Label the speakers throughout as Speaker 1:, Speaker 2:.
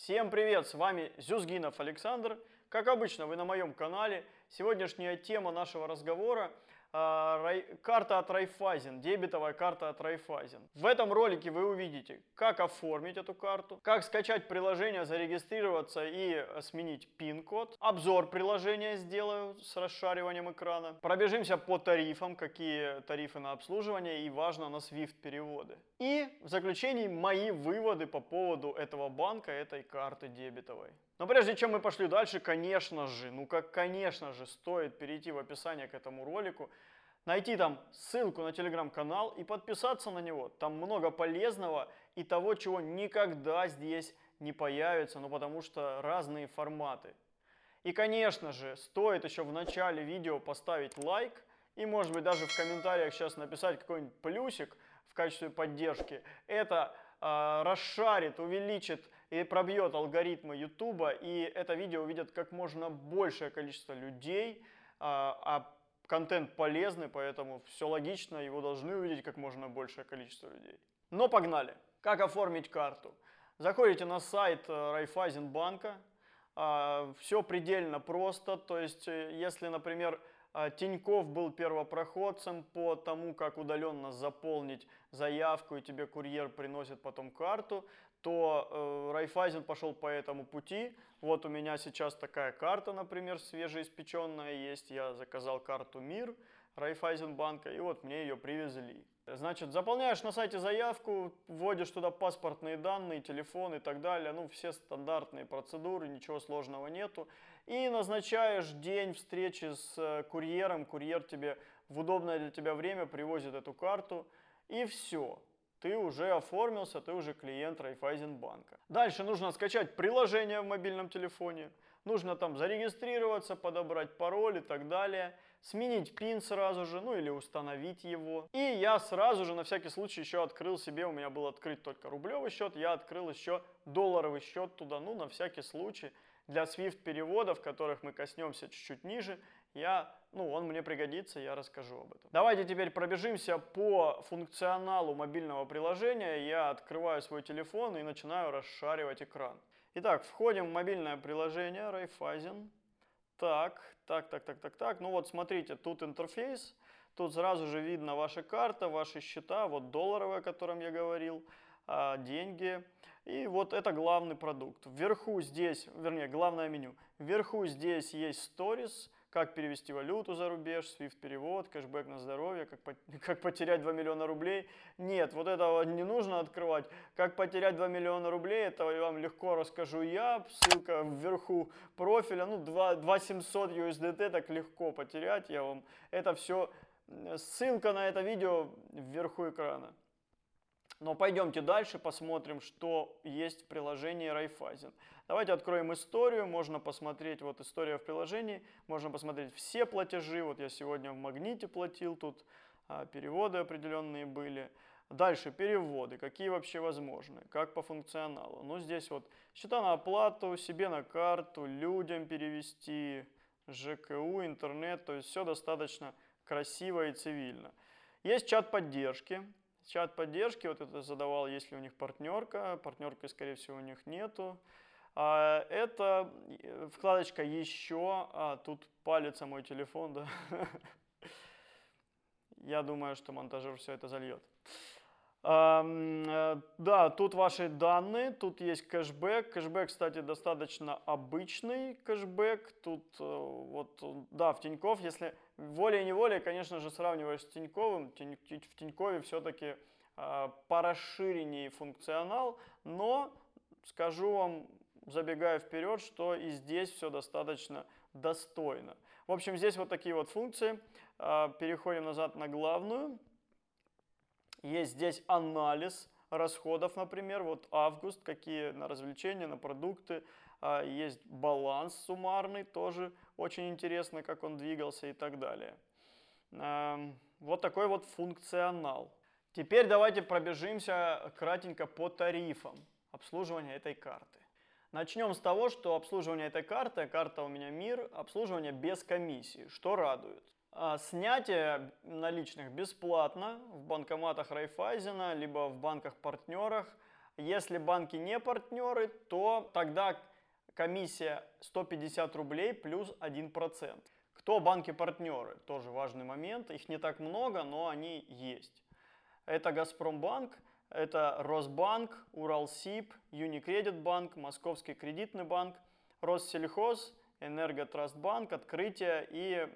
Speaker 1: Всем привет, с вами Зюзгинов Александр. Как обычно, вы на моем канале. Сегодняшняя тема нашего разговора карта от Райффайзен, дебетовая карта от Райффайзен. В этом ролике вы увидите, как оформить эту карту, как скачать приложение, зарегистрироваться и сменить пин-код. Обзор приложения сделаю с расшариванием экрана. Пробежимся по тарифам, какие тарифы на обслуживание и важно на SWIFT переводы. И в заключении мои выводы по поводу этого банка, этой карты дебетовой. Но прежде чем мы пошли дальше, конечно же, стоит перейти в описание к этому ролику, найти там ссылку на телеграм-канал и подписаться на него. Там много полезного и того, чего никогда здесь не появится, ну потому что разные форматы. И, конечно же, стоит еще в начале видео поставить лайк и, может быть, даже в комментариях сейчас написать какой-нибудь плюсик в качестве поддержки. Это расшарит, увеличит и пробьет алгоритмы YouTube, и это видео увидят как можно большее количество людей, а контент полезный, поэтому все логично, его должны увидеть как можно большее количество людей. Но погнали! Как оформить карту? Заходите на сайт Райффайзенбанка, все предельно просто, то есть если, например, Тинькофф был первопроходцем по тому, как удаленно заполнить заявку, и тебе курьер приносит потом карту, то Райффайзен пошел по этому пути. Вот у меня сейчас такая карта, например, свежеиспеченная есть. Я заказал карту МИР Райффайзенбанка, и вот мне ее привезли. Значит, заполняешь на сайте заявку, вводишь туда паспортные данные, телефон и так далее. Ну, все стандартные процедуры, ничего сложного нету. И назначаешь день встречи с курьером. Курьер тебе в удобное для тебя время привозит эту карту. И все. Ты уже оформился, ты уже клиент Райффайзенбанка. Дальше нужно скачать приложение в мобильном телефоне. Нужно там зарегистрироваться, подобрать пароль и так далее. Сменить пин сразу же, ну или установить его. И я сразу же на всякий случай еще открыл себе, у меня был открыт только рублевый счет, я открыл еще долларовый счет туда, ну на всякий случай. Для SWIFT переводов, которых мы коснемся чуть-чуть ниже, он мне пригодится, я расскажу об этом. Давайте теперь пробежимся по функционалу мобильного приложения. Я открываю свой телефон и начинаю расшаривать экран. Итак, входим в мобильное приложение Райффайзен. Так. Ну вот смотрите, тут интерфейс. Тут сразу же видно ваша карта, ваши счета. Вот долларовая, о котором я говорил, деньги. И вот это главный продукт. Вверху здесь, главное меню. Вверху здесь есть Stories, как перевести валюту за рубеж, SWIFT-перевод, кэшбэк на здоровье, как потерять 2 миллиона рублей. Нет, вот этого не нужно открывать. Как потерять 2 миллиона рублей, это я вам легко расскажу я. Ссылка вверху профиля, 2700 USDT так легко потерять. Это все, ссылка на это видео вверху экрана. Но пойдемте дальше, посмотрим, что есть в приложении Райффайзен. Давайте откроем историю, можно посмотреть, вот история в приложении, можно посмотреть все платежи, вот я сегодня в Магните платил, тут переводы определенные были. Дальше переводы, какие вообще возможны, как по функционалу. Ну здесь вот счета на оплату, себе на карту, людям перевести, ЖКУ, интернет, то есть все достаточно красиво и цивильно. Есть чат поддержки. Чат поддержки, вот это задавал, есть ли у них партнерка. Партнерки, скорее всего, у них нету. Это вкладочка «Еще». Тут палится мой телефон, да. Я думаю, что монтажер все это зальет. Да, тут ваши данные, тут есть кэшбэк. Кэшбэк, кстати, достаточно обычный кэшбэк. Тут да, в Тинькофф, если волей-неволей, конечно же, сравниваешь с Тиньковым, в Тинькове все-таки порасширеннее функционал, но скажу вам, забегая вперед, что и здесь все достаточно достойно. В общем, здесь вот такие вот функции. Переходим назад на главную. Есть здесь анализ расходов, например, вот август, какие на развлечения, на продукты. Есть баланс суммарный, тоже очень интересно, как он двигался и так далее. Вот такой вот функционал. Теперь давайте пробежимся кратенько по тарифам обслуживания этой карты. Начнем с того, что обслуживание этой карты, карта у меня МИР, обслуживание без комиссии, что радует. Снятие наличных бесплатно в банкоматах Райффайзена, либо в банках-партнерах. Если банки не партнеры, то тогда комиссия 150 рублей плюс 1%. Кто банки-партнеры? Тоже важный момент. Их не так много, но они есть. Это Газпромбанк, это Росбанк, Уралсиб, Юникредитбанк, Московский кредитный банк, Россельхоз, Энерготрастбанк, Открытие и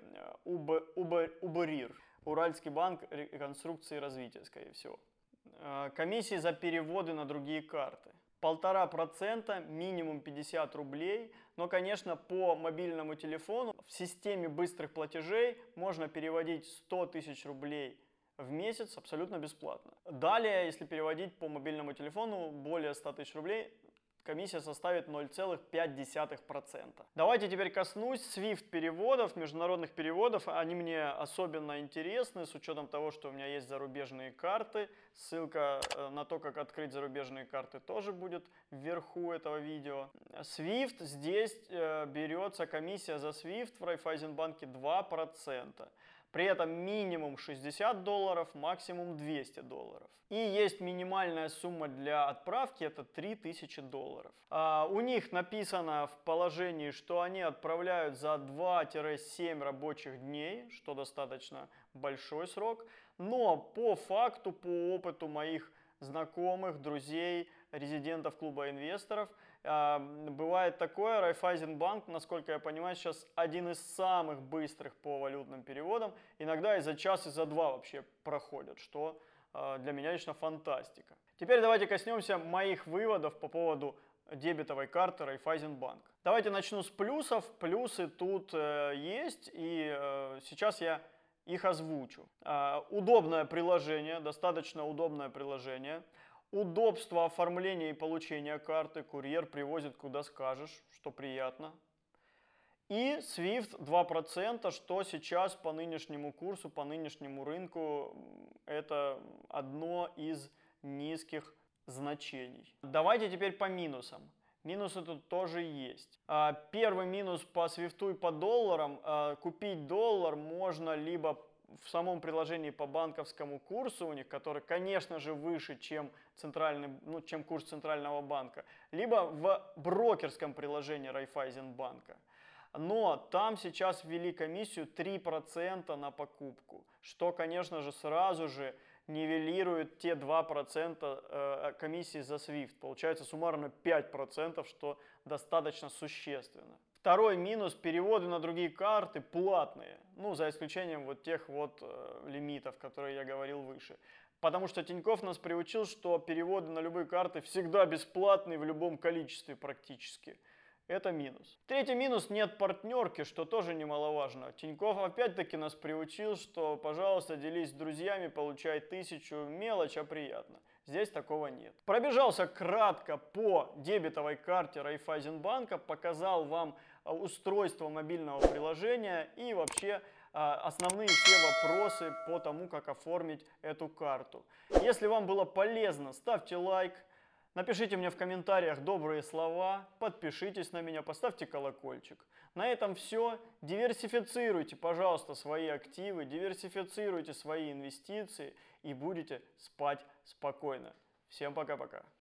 Speaker 1: УБРИР, Уральский банк реконструкции и развития, скорее всего. Комиссии за переводы на другие карты. 1,5%, минимум 50 рублей, но, конечно, по мобильному телефону в системе быстрых платежей можно переводить 100 тысяч рублей в месяц абсолютно бесплатно. Далее, если переводить по мобильному телефону более 100 тысяч рублей, комиссия составит 0,5%. Давайте теперь коснусь SWIFT переводов, международных переводов. Они мне особенно интересны с учетом того, что у меня есть зарубежные карты. Ссылка на то, как открыть зарубежные карты, тоже будет вверху этого видео. SWIFT, здесь берется комиссия за SWIFT в Райффайзенбанке 2%. При этом минимум $60, максимум $200. И есть минимальная сумма для отправки, это $3000. У них написано в положении, что они отправляют за 2-7 рабочих дней, что достаточно большой срок. Но по факту, по опыту моих знакомых, друзей, резидентов клуба инвесторов, бывает такое, Райффайзенбанк, насколько я понимаю, сейчас один из самых быстрых по валютным переводам, иногда и за час, и за два вообще проходят, что для меня лично фантастика. Теперь давайте коснемся моих выводов по поводу дебетовой карты Райффайзенбанк. Давайте начну с плюсов. Плюсы тут есть, и сейчас я их озвучу. Удобное приложение, достаточно удобное приложение. Удобство оформления и получения карты. Курьер привозит куда скажешь, что приятно. И SWIFT 2%, что сейчас по нынешнему курсу, по нынешнему рынку, это одно из низких значений. Давайте теперь по минусам. Минусы тут тоже есть. Первый минус по SWIFT и по долларам. Купить доллар можно либо в самом приложении по банковскому курсу у них, который, конечно же, выше, чем курс Центрального банка, либо в брокерском приложении Райффайзенбанка. Но там сейчас ввели комиссию 3% на покупку, что, конечно же, сразу же нивелирует те 2% комиссии за SWIFT. Получается суммарно 5%, что достаточно существенно. Второй минус – переводы на другие карты платные, ну, за исключением вот тех вот лимитов, которые я говорил выше. Потому что Тинькофф нас приучил, что переводы на любые карты всегда бесплатные в любом количестве практически. Это минус. Третий минус – нет партнерки, что тоже немаловажно. Тинькофф опять-таки нас приучил, что, пожалуйста, делись с друзьями, получай 1000, мелочь, а приятно. Здесь такого нет. Пробежался кратко по дебетовой карте Райффайзенбанка, показал вам устройство мобильного приложения и вообще основные все вопросы по тому, как оформить эту карту. Если вам было полезно, ставьте лайк. Напишите мне в комментариях добрые слова, подпишитесь на меня, поставьте колокольчик. На этом все. Диверсифицируйте, пожалуйста, свои активы, диверсифицируйте свои инвестиции и будете спать спокойно. Всем пока-пока.